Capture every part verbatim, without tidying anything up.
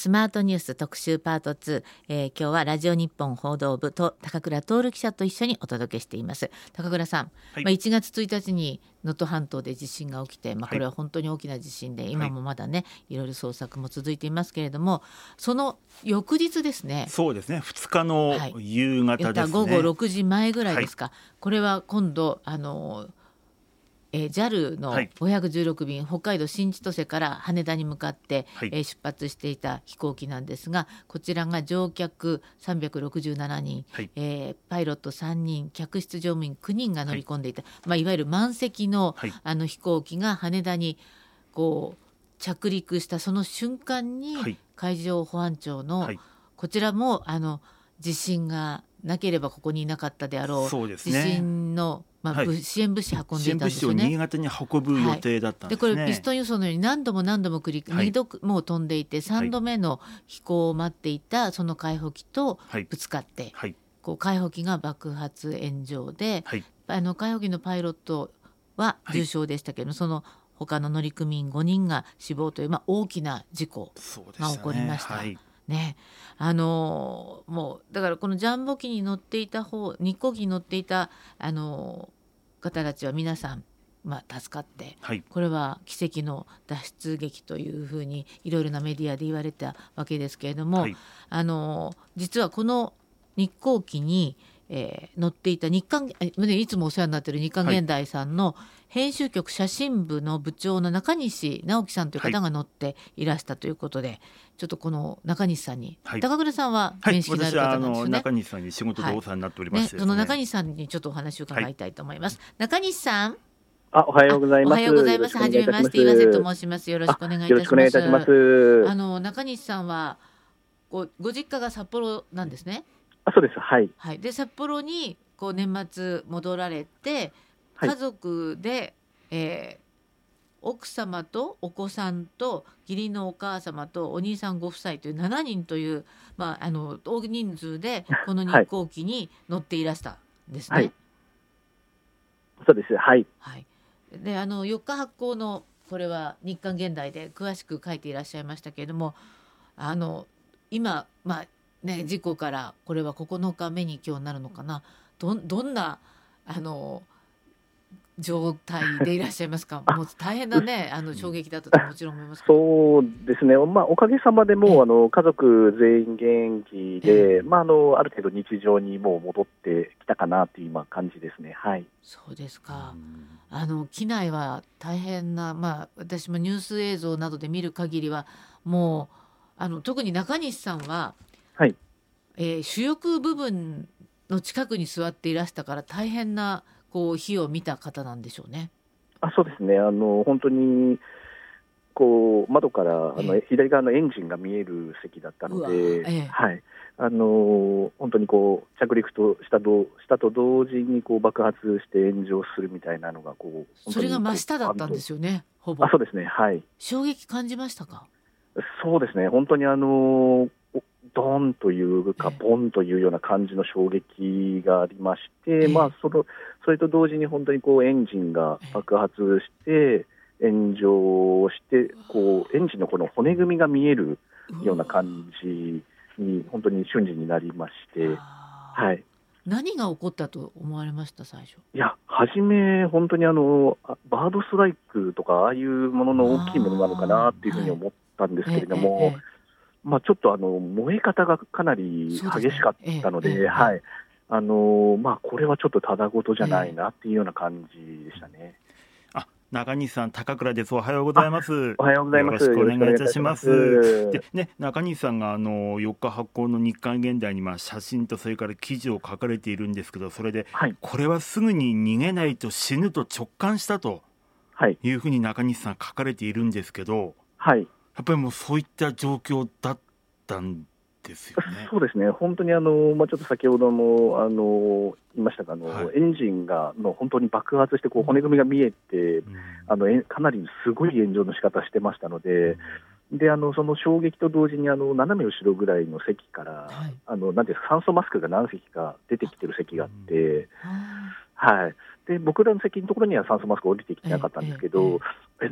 スマートニュース特集パートツー、えー、今日はラジオ日本報道部と高倉徹記者と一緒にお届けしています。高倉さん、はい、まあ、いちがつついたちに能登半島で地震が起きて、まあ、これは本当に大きな地震で、はい、今もまだねいろいろ捜索も続いていますけれども、その翌日ですね。 そうですね、ふつかの夕方ですね、 はい、午後ろくじまえぐらいですか、はい、これは今度あのえー、ジャル のごひゃくじゅうろく便、はい、北海道新千歳から羽田に向かって、はい、えー、出発していた飛行機なんですが、こちらが乗客さんびゃくろくじゅうななにん、はい、えー、パイロットさんにん、客室乗務員きゅうにんが乗り込んでいた、はい、まあ、いわゆる満席 の,、はい、あの飛行機が羽田にこう着陸したその瞬間に、はい、海上保安庁の、はい、こちらもあの地震がなければここにいなかったであろう、そうですね、地震のまあはい、支援物資運んでいたんですよね。 支援物資を新潟に運ぶ予定だったんですね。 はい、でこれピストン輸送のように何度も何度も繰り、はい、にどもう飛んでいてさんどめの飛行を待っていたその海保機とぶつかって、はい、こう海保機が爆発炎上で、はい、あの海保機のパイロットは重傷でしたけど、はい、その他の乗組員ごにんが死亡という、まあ、大きな事故が起こりました。ね、あのー、もうだからこのジャンボ機に乗っていた方、日航機に乗っていたあのー方たちは皆さん、まあ、助かって、はい、これは奇跡の脱出劇というふうにいろいろなメディアで言われたわけですけれども、はい、あの実はこの日航機に、えー、乗っていた日韓いつもお世話になっている日韓現代さんの編集局写真部の部長の中西直樹さんという方が乗っていらしたということで、はい、ちょっとこの中西さんに、はい、高倉さんは面識のある方なんですよね。 はい、私はあの中西さんに仕事でお世話になっておりまして、 はい、ね、その中西さんにちょっとお話を伺いたいと思います。はい、中西さん、 あ、おはようございます。 おはようございます。はじめまして、岩瀬と申します。よろしくお願いいたします。 よろしくお願いいたします。 あの中西さんはご、ご実家が札幌なんですね。 あ、そうです。はい。 はい、で札幌にこう年末戻られて、家族で、はい、えー、奥様とお子さんと義理のお母様とお兄さんご夫妻というしちにんという、まあ、あの大人数でこの日航機に乗っていらしたんですね。はい、 そうです。はい、 はい、であのよっか発行のこれは日刊現代で詳しく書いていらっしゃいましたけれども、あの今、まあね、事故からこれはここのかめに今日なるのかな、 ど, どんなあの状態でいらっしゃいますか。もう大変なね、あの衝撃だったともちろん思いますけど。 そうですね、まあ、おかげさまでもうあの家族全員元気で、まあ、あのある程度日常にもう戻ってきたかなという今感じですね。はい、 そうですか。あの機内は大変な、まあ、私もニュース映像などで見る限りはもうあの特に中西さんは、 はい、 えー、主翼部分の近くに座っていらしたから大変なこう火を見た方なんでしょうね。 あ、そうですね、あの本当にこう窓からあの、ええ、左側のエンジンが見える席だったので、ええ、はい、あの本当にこう着陸としたどしたと同時にこう爆発して炎上するみたいなのがこう、 それが真下だったんですよね。ほぼ。 あ、そうですね、はい。 衝撃感じましたか。 そうですね、本当にあのドンというかボンというような感じの衝撃がありまして、ええ、まあ、そのそれと同時に本当にこうエンジンが爆発して炎上してこうエンジンのこの骨組みが見えるような感じに本当に瞬時になりまして、はい、 何が起こったと思われました最初。 いや、初め本当にあのバードストライクとかああいうものの大きいものなのかなっていうふうに思ったんですけれども、はい、ええええ、まあ、ちょっとあの燃え方がかなり激しかったので、で、ね、ええ、はい、あのまあ、これはちょっとただごとじゃないなっていうような感じでしたね。ええ、 あ、中西さん、高倉です。おはようございます。 おはようございます。 よろしくお願いいたします。で、ね、中西さんがあのよっか発行の日刊現代にまあ写真とそれから記事を書かれているんですけど、それで、はい、これはすぐに逃げないと死ぬと直感したというふうに中西さん書かれているんですけど、はい、やっぱりもうそういった状況だったんですよね。 そうですね、本当にあの、まあ、ちょっと先ほどもあの言いましたが、あの、はい、エンジンがの本当に爆発してこう骨組みが見えて、うん、あのかなりすごい炎上の仕方してましたので、うん、であのその衝撃と同時にあの斜め後ろぐらいの席から、はい、あのなんていうか酸素マスクが何席か出てきてる席があって、うん、はい、で僕らの席のところには酸素マスク降りてきてなかったんですけど、ええええ、えな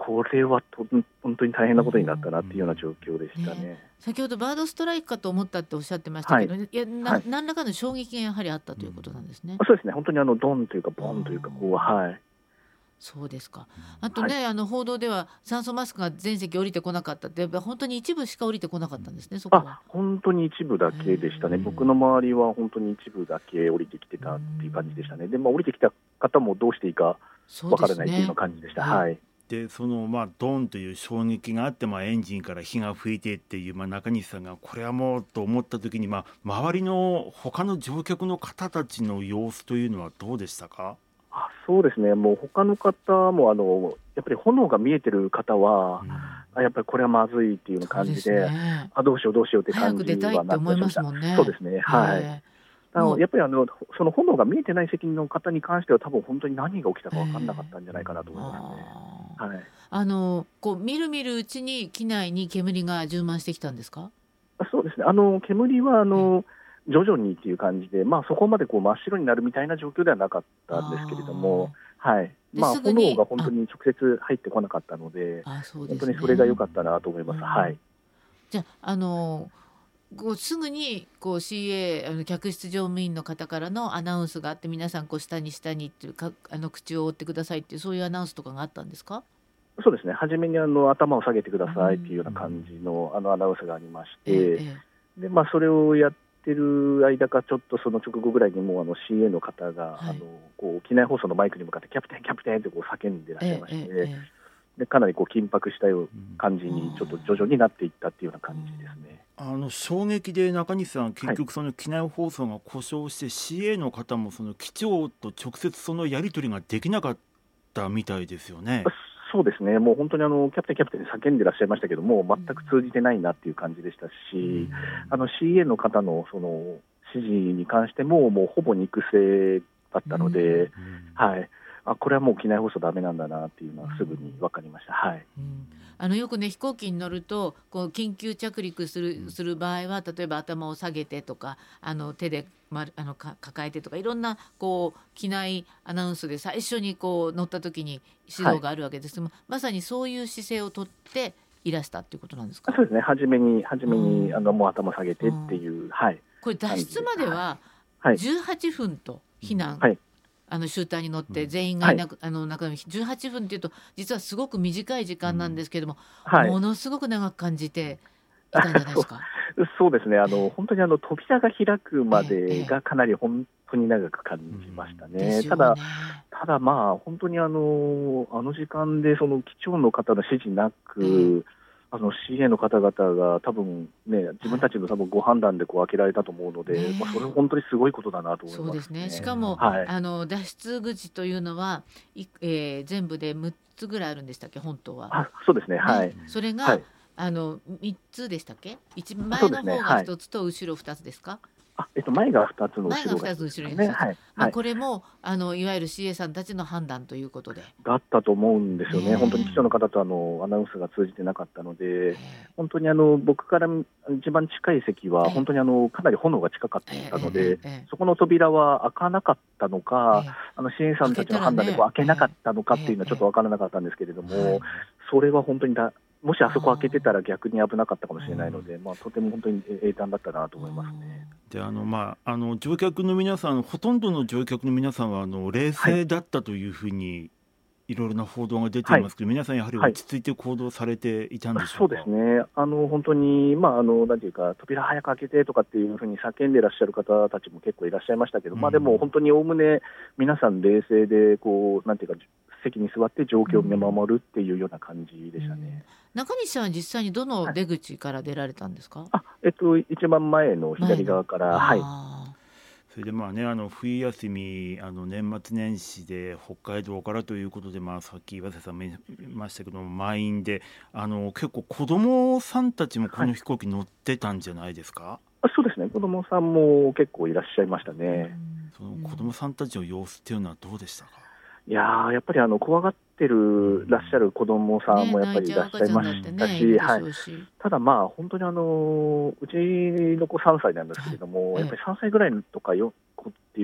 これはと本当に大変なことになったなっていうような状況でしたね。 ね、先ほどバードストライクかと思ったっておっしゃってましたけど、はい、いやな、 はい、 何らかの衝撃がやはりあったということなんですね。 そうですね、本当にあのドンというかボンというかこう、はい、 そうですか。あとね、はい、あの報道では酸素マスクが全席降りてこなかったって、本当に一部しか降りてこなかったんですね、そこは。 あ、本当に一部だけでしたね。僕の周りは本当に一部だけ降りてきてたっていう感じでしたね。で、まあ、降りてきた方もどうしていいかわからないというような感じでした。はい。 でそのまあドンという衝撃があって、まあ、エンジンから火が吹いてっていう、まあ、中西さんがこれはもうと思った時に、まあ、周りの他の乗客の方たちの様子というのはどうでしたか？ あ、そうですね、もう他の方もあのやっぱり炎が見えてる方は、うん、あやっぱりこれはまずいっていうような感じ で, で、ね、あどうしようどうしようって感じはなってました。 早く出たいって思いますもんね。 そうですね、はい。あのやっぱりあのその炎が見えてない席の方に関しては多分本当に何が起きたか分からなかったんじゃないかなと思いますね。はい、 あのこうみるみるうちに機内に煙が充満してきたんですか？ そうですね、あの煙はあの徐々にっていう感じで、まあ、そこまでこう真っ白になるみたいな状況ではなかったんですけれども、はいまあ、炎が本当に直接入ってこなかったので、あそうですね、本当にそれが良かったなと思います。うん、はい、 じゃあ、あのこうすぐにこう シーエー あの客室乗務員の方からのアナウンスがあって、皆さんこう下に下にっていうかあの口を覆ってくださいっていう、そういうアナウンスとかがあったんですか？ そうですね、初めにあの頭を下げてくださいっていうような感じ の,、うん、あのアナウンスがありまして、ええでまあ、それをやってる間かちょっとその直後ぐらいにもうあの シーエー の方が、はい、あのこう機内放送のマイクに向かってキャプテンキャプテンってこう叫んでらっしゃいまして、えええでかなりこう緊迫したような感じにちょっと徐々になっていったっていうような感じですね。 あの衝撃で中西さん、結局その機内放送が故障して、はい、シーエー の方もその機長と直接そのやり取りができなかったみたいですよね。 そうですね、もう本当にあのキャプテンキャプテン叫んでらっしゃいましたけども、全く通じてないなっていう感じでしたし、うん、あの シーエー の方のその指示に関してももうほぼ肉声だったので、うんうんはい、あこれはもう機内放送ダメなんだなっていうのはすぐに分かりました。はいうん、あのよくね、飛行機に乗るとこう緊急着陸する、する場合は、例えば頭を下げてとか、あの手で、ま、あのか抱えてとか、いろんなこう機内アナウンスで最初にこう乗った時に指導があるわけですけども、はい、まさにそういう姿勢をとっていらしたっていうことなんですか？ そうですね、初めに初めに、うん、あのもう頭下げてっていう、うんはい、 これ脱出まではじゅうはっぷんと避難、 はいあの集団に乗って全員がいなく、はい、あの中身じゅうはっぷんというと実はすごく短い時間なんですけれども、うんはい、ものすごく長く感じていたんじゃないですか？ そう、そうですね、あの本当にあの扉が開くまでがかなり本当に長く感じましたね。ええうん、ただただまあ本当にあのあの時間でその機長の方の指示なく、ええあの シーエー の方々が多分、ね、自分たちの多分ご判断でこう開けられたと思うので、ねまあ、それは本当にすごいことだなと思います、ね。 そうですね。しかも、はい、あの脱出口というのは、えー、全部でむっつぐらいあるんでしたっけ、本当は。 あそうですね、はい、 それが、はい、あのみっつでしたっけ？一前の方がひとつと後ろふたつですか？ あえっと、前がふたつの後ろが、ね、 前がふたつ後ろにふたつ、はいまあ、これもあのいわゆる シーエー さんたちの判断ということでだったと思うんですよね。本当に機長の方とあのアナウンスが通じてなかったので、本当にあの僕から一番近い席は本当にあのかなり炎が近かったので、そこの扉は開かなかったのか、あの シーエー さんたちの判断でこう開けなかったのかっていうのはちょっと分からなかったんですけれども、それは本当にだもしあそこ開けてたら逆に危なかったかもしれないので、まあ、とても本当に英断だったなと思いますね。 であの、まあ、あの乗客の皆さん、ほとんどの乗客の皆さんはあの冷静だったというふうにいろいろな報道が出ていますけど、はい、皆さんやはり落ち着いて行動されていたんでしょうか？ はい、そうですね、あの本当に、まあ、あのなんていうか扉早く開けてとかっていうふうに叫んでいらっしゃる方たちも結構いらっしゃいましたけど、うんまあ、でも本当におおむね皆さん冷静でこうなんていうか席に座って状況を見守るっていうような感じでしたね。うん中西さんは実際にどの出口から出られたんですか？はい、 あえっと、一番前の左側から、はい、 それでまあね、あの冬休み、あの年末年始で北海道からということで、まあ、さっき岩瀬さんも言いましたけども満員で、あの結構子どもさんたちもこの飛行機乗ってたんじゃないですか？はい、 あそうですね、子どもさんも結構いらっしゃいましたね。 その子どもさんたちの様子っていうのはどうでしたか？ いやーやっぱりあの怖がってるらっしゃる子どもさんもやっぱりいらっしゃいましたし、ねはい、ただまあ本当にあのうちの子さんさいなんですけれども、ええ、やっぱりさんさいぐらいとかよ子っていうのは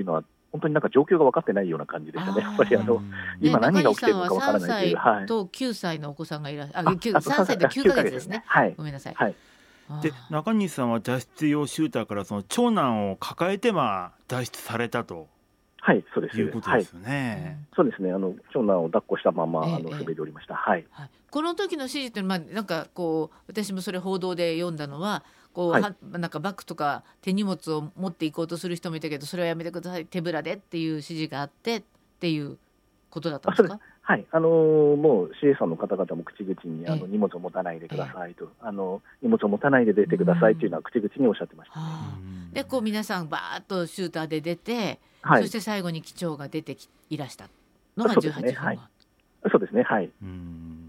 本当になんか状況が分かってないような感じでしたね。やっぱりあの今何が起きてるのか分からないという。 さんさいときゅうさいのお子さんがいらっしゃる、あ、さんさいときゅうかげつですね。はい、ごめんなさい。はい、 で中西さんは脱出用シューターからその長男を抱えてまあ脱出されたと。 はい、そうです。 いうことですよね。 はい、そうですね。あの長男を抱っこしたまま、ええ、あの滑り降りました。はい。 はい、この時の指示ってまあなんかこう私もそれ報道で読んだのはこう、はい、はなんかバッグとか手荷物を持っていこうとする人もいたけどそれはやめてください手ぶらでっていう指示があってっていうことだったんですか。 はい、あのー、もう シーエー さんの方々も口々にあの荷物を持たないでくださいと、あの荷物を持たないで出てくださいというのは口々におっしゃってましたね。 でこう皆さんバーッとシューターで出て、はい、そして最後に機長が出てきいらしたのがじゅうはっぷん。はい、 そうですね。はい。 うん、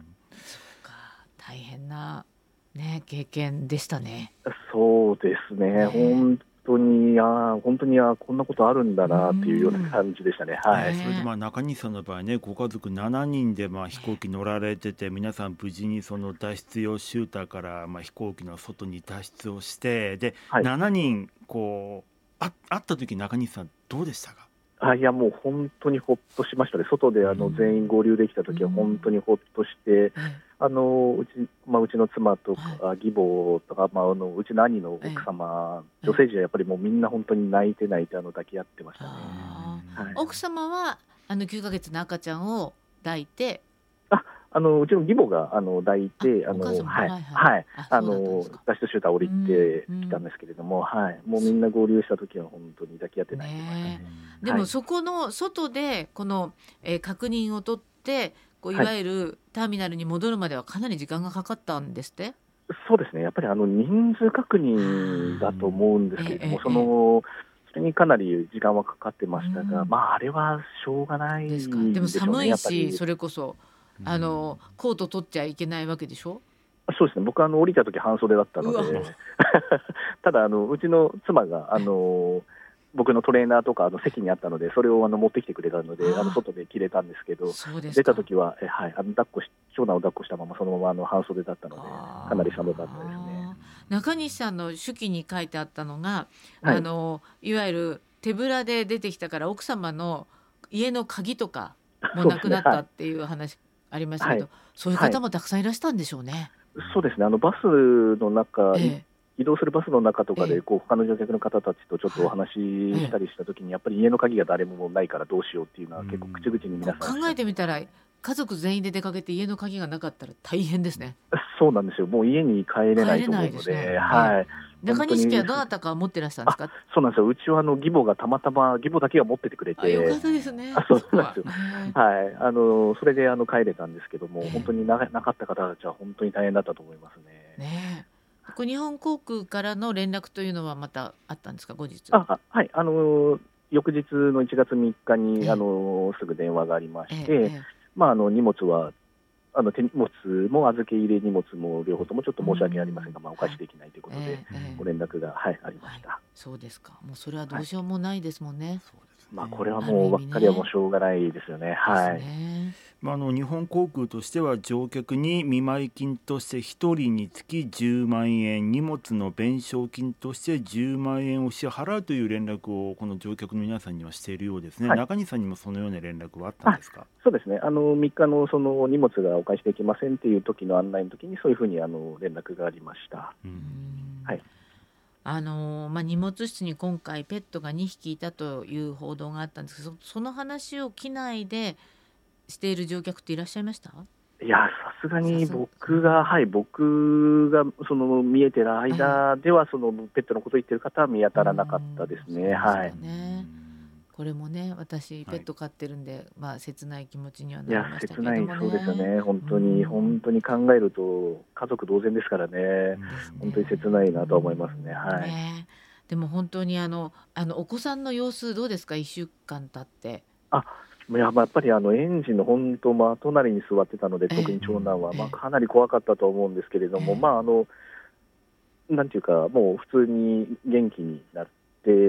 そうか、大変な、ね、経験でしたね。 そうですね。ね、本当にあ本当にあこんなことあるんだなっていうような感じでしたね。はい。 それでまあ中西さんの場合ね、ご家族しちにんでまあ飛行機乗られてて、皆さん無事にその脱出用シューターからまあ飛行機の外に脱出をして、で、はい、しちにんこうあ会った時中西さんどうでしたか。 あいやもう本当にほっとしましたね。外であの全員合流できた時は本当にほっとして、うん、あのうち、まあ、うちの妻とか、はい、義母とか、まあ、あのうちの兄の奥様、はい、女性陣はやっぱりもうみんな本当に泣いて泣いてあの抱き合ってましたね。 はい、奥様はあのきゅうかげつの赤ちゃんを抱いて、 ああのうちの義母があの抱いて、あのはいはいあの脱出シューター降りてきたんですけれども、はい、もうみんな合流した時は本当に抱き合って泣いてましたね。 でもそこの外でこの、えー、確認を取ってこういわゆるターミナルに戻るまではかなり時間がかかったんですって。 そうですね。やっぱりあの人数確認だと思うんですけれども、そのそれにかなり時間はかかってましたが、まああれはしょうがないですか。でも寒いし、それこそあのコート取っちゃいけないわけでしょ。 そうですね。僕はあの降りた時半袖だったのでただあのうちの妻があの僕のトレーナーとかあの席にあったのでそれをあの持ってきてくれたのであの外で着れたんですけど、出た時はえ、はい、あの抱っこし長男を抱っこしたままそのままあの半袖だったのでかなり寒かったですね。 中西さんの手記に書いてあったのが、はい、あのいわゆる手ぶらで出てきたから奥様の家の鍵とかもなくなったっていう話ありましたけど、そういう方もたくさんいらしたんでしょうね。 はい、そうですね。あのバスの中、ええ移動するバスの中とかでこう他の乗客の方たちとちょっとお話ししたりしたときにやっぱり家の鍵が誰もないからどうしようっていうのは結構口々に皆さん考えてみたら家族全員で出かけて家の鍵がなかったら大変ですね。 そうなんですよ。もう家に帰れないと思うので、ね、はい。 中西家はどなたか持ってらっしゃるんですか。 そうなんですよ。うちはあの義母がたまたま義母だけが持っててくれて、 よかったですね。 あ、そうなんですよ。はい。あのそれであの帰れたんですけども、本当にななかった方たちは本当に大変だったと思いますね。 ねえ。日本航空からの連絡というのはまたあったんですか、後日。 あはい、あの翌日のいちがつみっかに、えー、あのすぐ電話がありまして、えーえーまあ、あの荷物はあの手荷物も預け入れ荷物も両方ともちょっと申し訳ありませんが、まあ、お返しできないということで、えー、ご連絡が、はい、ありました、はい。 そうですか。もうそれはどうしようもないですもんね。はい、 そうですね。まあ、これはもうばっかりはもうしょうがないですよね。はい。 まあ、あの日本航空としては乗客に見舞い金としてひとりにつきじゅうまんえん、荷物の弁償金としてじゅうまんえんを支払うという連絡をこの乗客の皆さんにはしているようですね。はい、中西さんにもそのような連絡はあったんですか。 そうですね。あのみっかのその荷物がお返しできませんという時の案内の時にそういうふうにあの連絡がありました。うん、はい。 あのまあ、荷物室に今回ペットがにひきいたという報道があったんですけど、その話を機内でしている乗客っていらっしゃいました？ いや、さすがに僕が、はい、僕がその見えてる間ではそのペットのことを言ってる方は見当たらなかったですね。はい。 これもね、私ペット飼ってるんで、はい、まあ切ない気持ちにはなりましたけどもね。 いや、切ない、そうですよね。本当に、本当に考えると家族同然ですからね。ね、本当に切ないなと思いますね。はい。 ね、でも本当にあのあのお子さんの様子どうですか、いっしゅうかん経って。 あ、いや、まあ、やっぱりあのエンジンの本当、まあ、隣に座ってたので、特に長男は、まあ、かなり怖かったと思うんですけれども、まあ、あのなんていうか、もう普通に元気になって、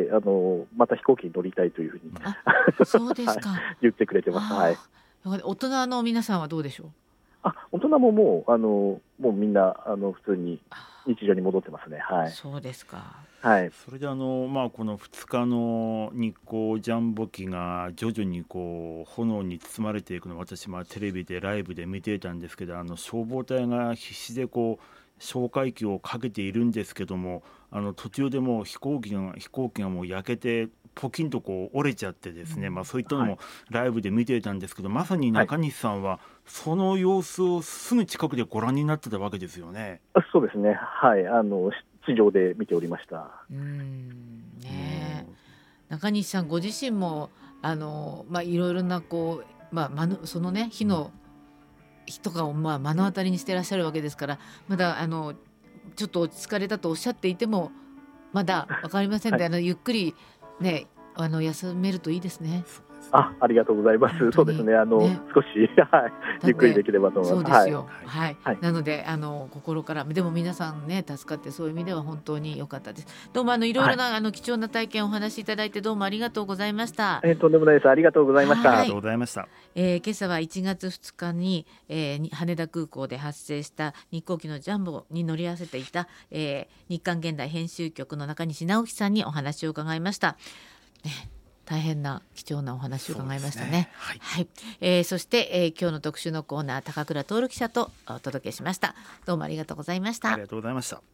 あのまた飛行機に乗りたいというふうにそうですか言ってくれてます。はい、 大人の皆さんはどうでしょう。 あ、大人ももうあのもうみんなあの普通に日常に戻ってますね。はい。 そうですか。 はい。 それであの、まあ、このふつかの日航ジャンボ機が徐々にこう炎に包まれていくのを私、まあ、テレビでライブで見ていたんですけど、あの消防隊が必死でこう消火器をかけているんですけども、あの途中でもう飛行機が飛行機がもう焼けてポキンとこう折れちゃってですね、うん、まあ、そういったのもライブで見ていたんですけど、はい、まさに中西さんはその様子をすぐ近くでご覧になってたわけですよね。 そうですね、はい、あの地上で見ておりました。 うーん、ね、中西さんご自身もあの、まあ、いろいろなこう、まあ、そのね火の火とかをまあ目の当たりにしていらっしゃるわけですから、まだあのちょっと落ち着かれたとおっしゃっていてもまだ分かりませんで、はい、あのゆっくり、ね、あの休めるといいですね。 あ、ありがとうございます。そうですね、あの、ね、少し、はい、ゆっくりできればと思います。 そうですよ、はいはい、なのであの心から、でも皆さんね助かって、そういう意味では本当に良かったです。どうもあのいろいろな、はい、あの貴重な体験をお話しいただいてどうもありがとうございました。 えー、とんでもないです。ありがとうございました。 ありがとうございました。 えー、今朝はいちがつふつかに、えー、羽田空港で発生した日航機のジャンボに乗り合わせていた、えー、日刊現代編集局の中西直樹さんにお話を伺いました、ね、大変な貴重なお話を伺いましたね。ね、はいはい、えー、そして、えー、今日の特集のコーナー高倉徹記者とお届けしました。どうもありがとうございました。 ありがとうございました。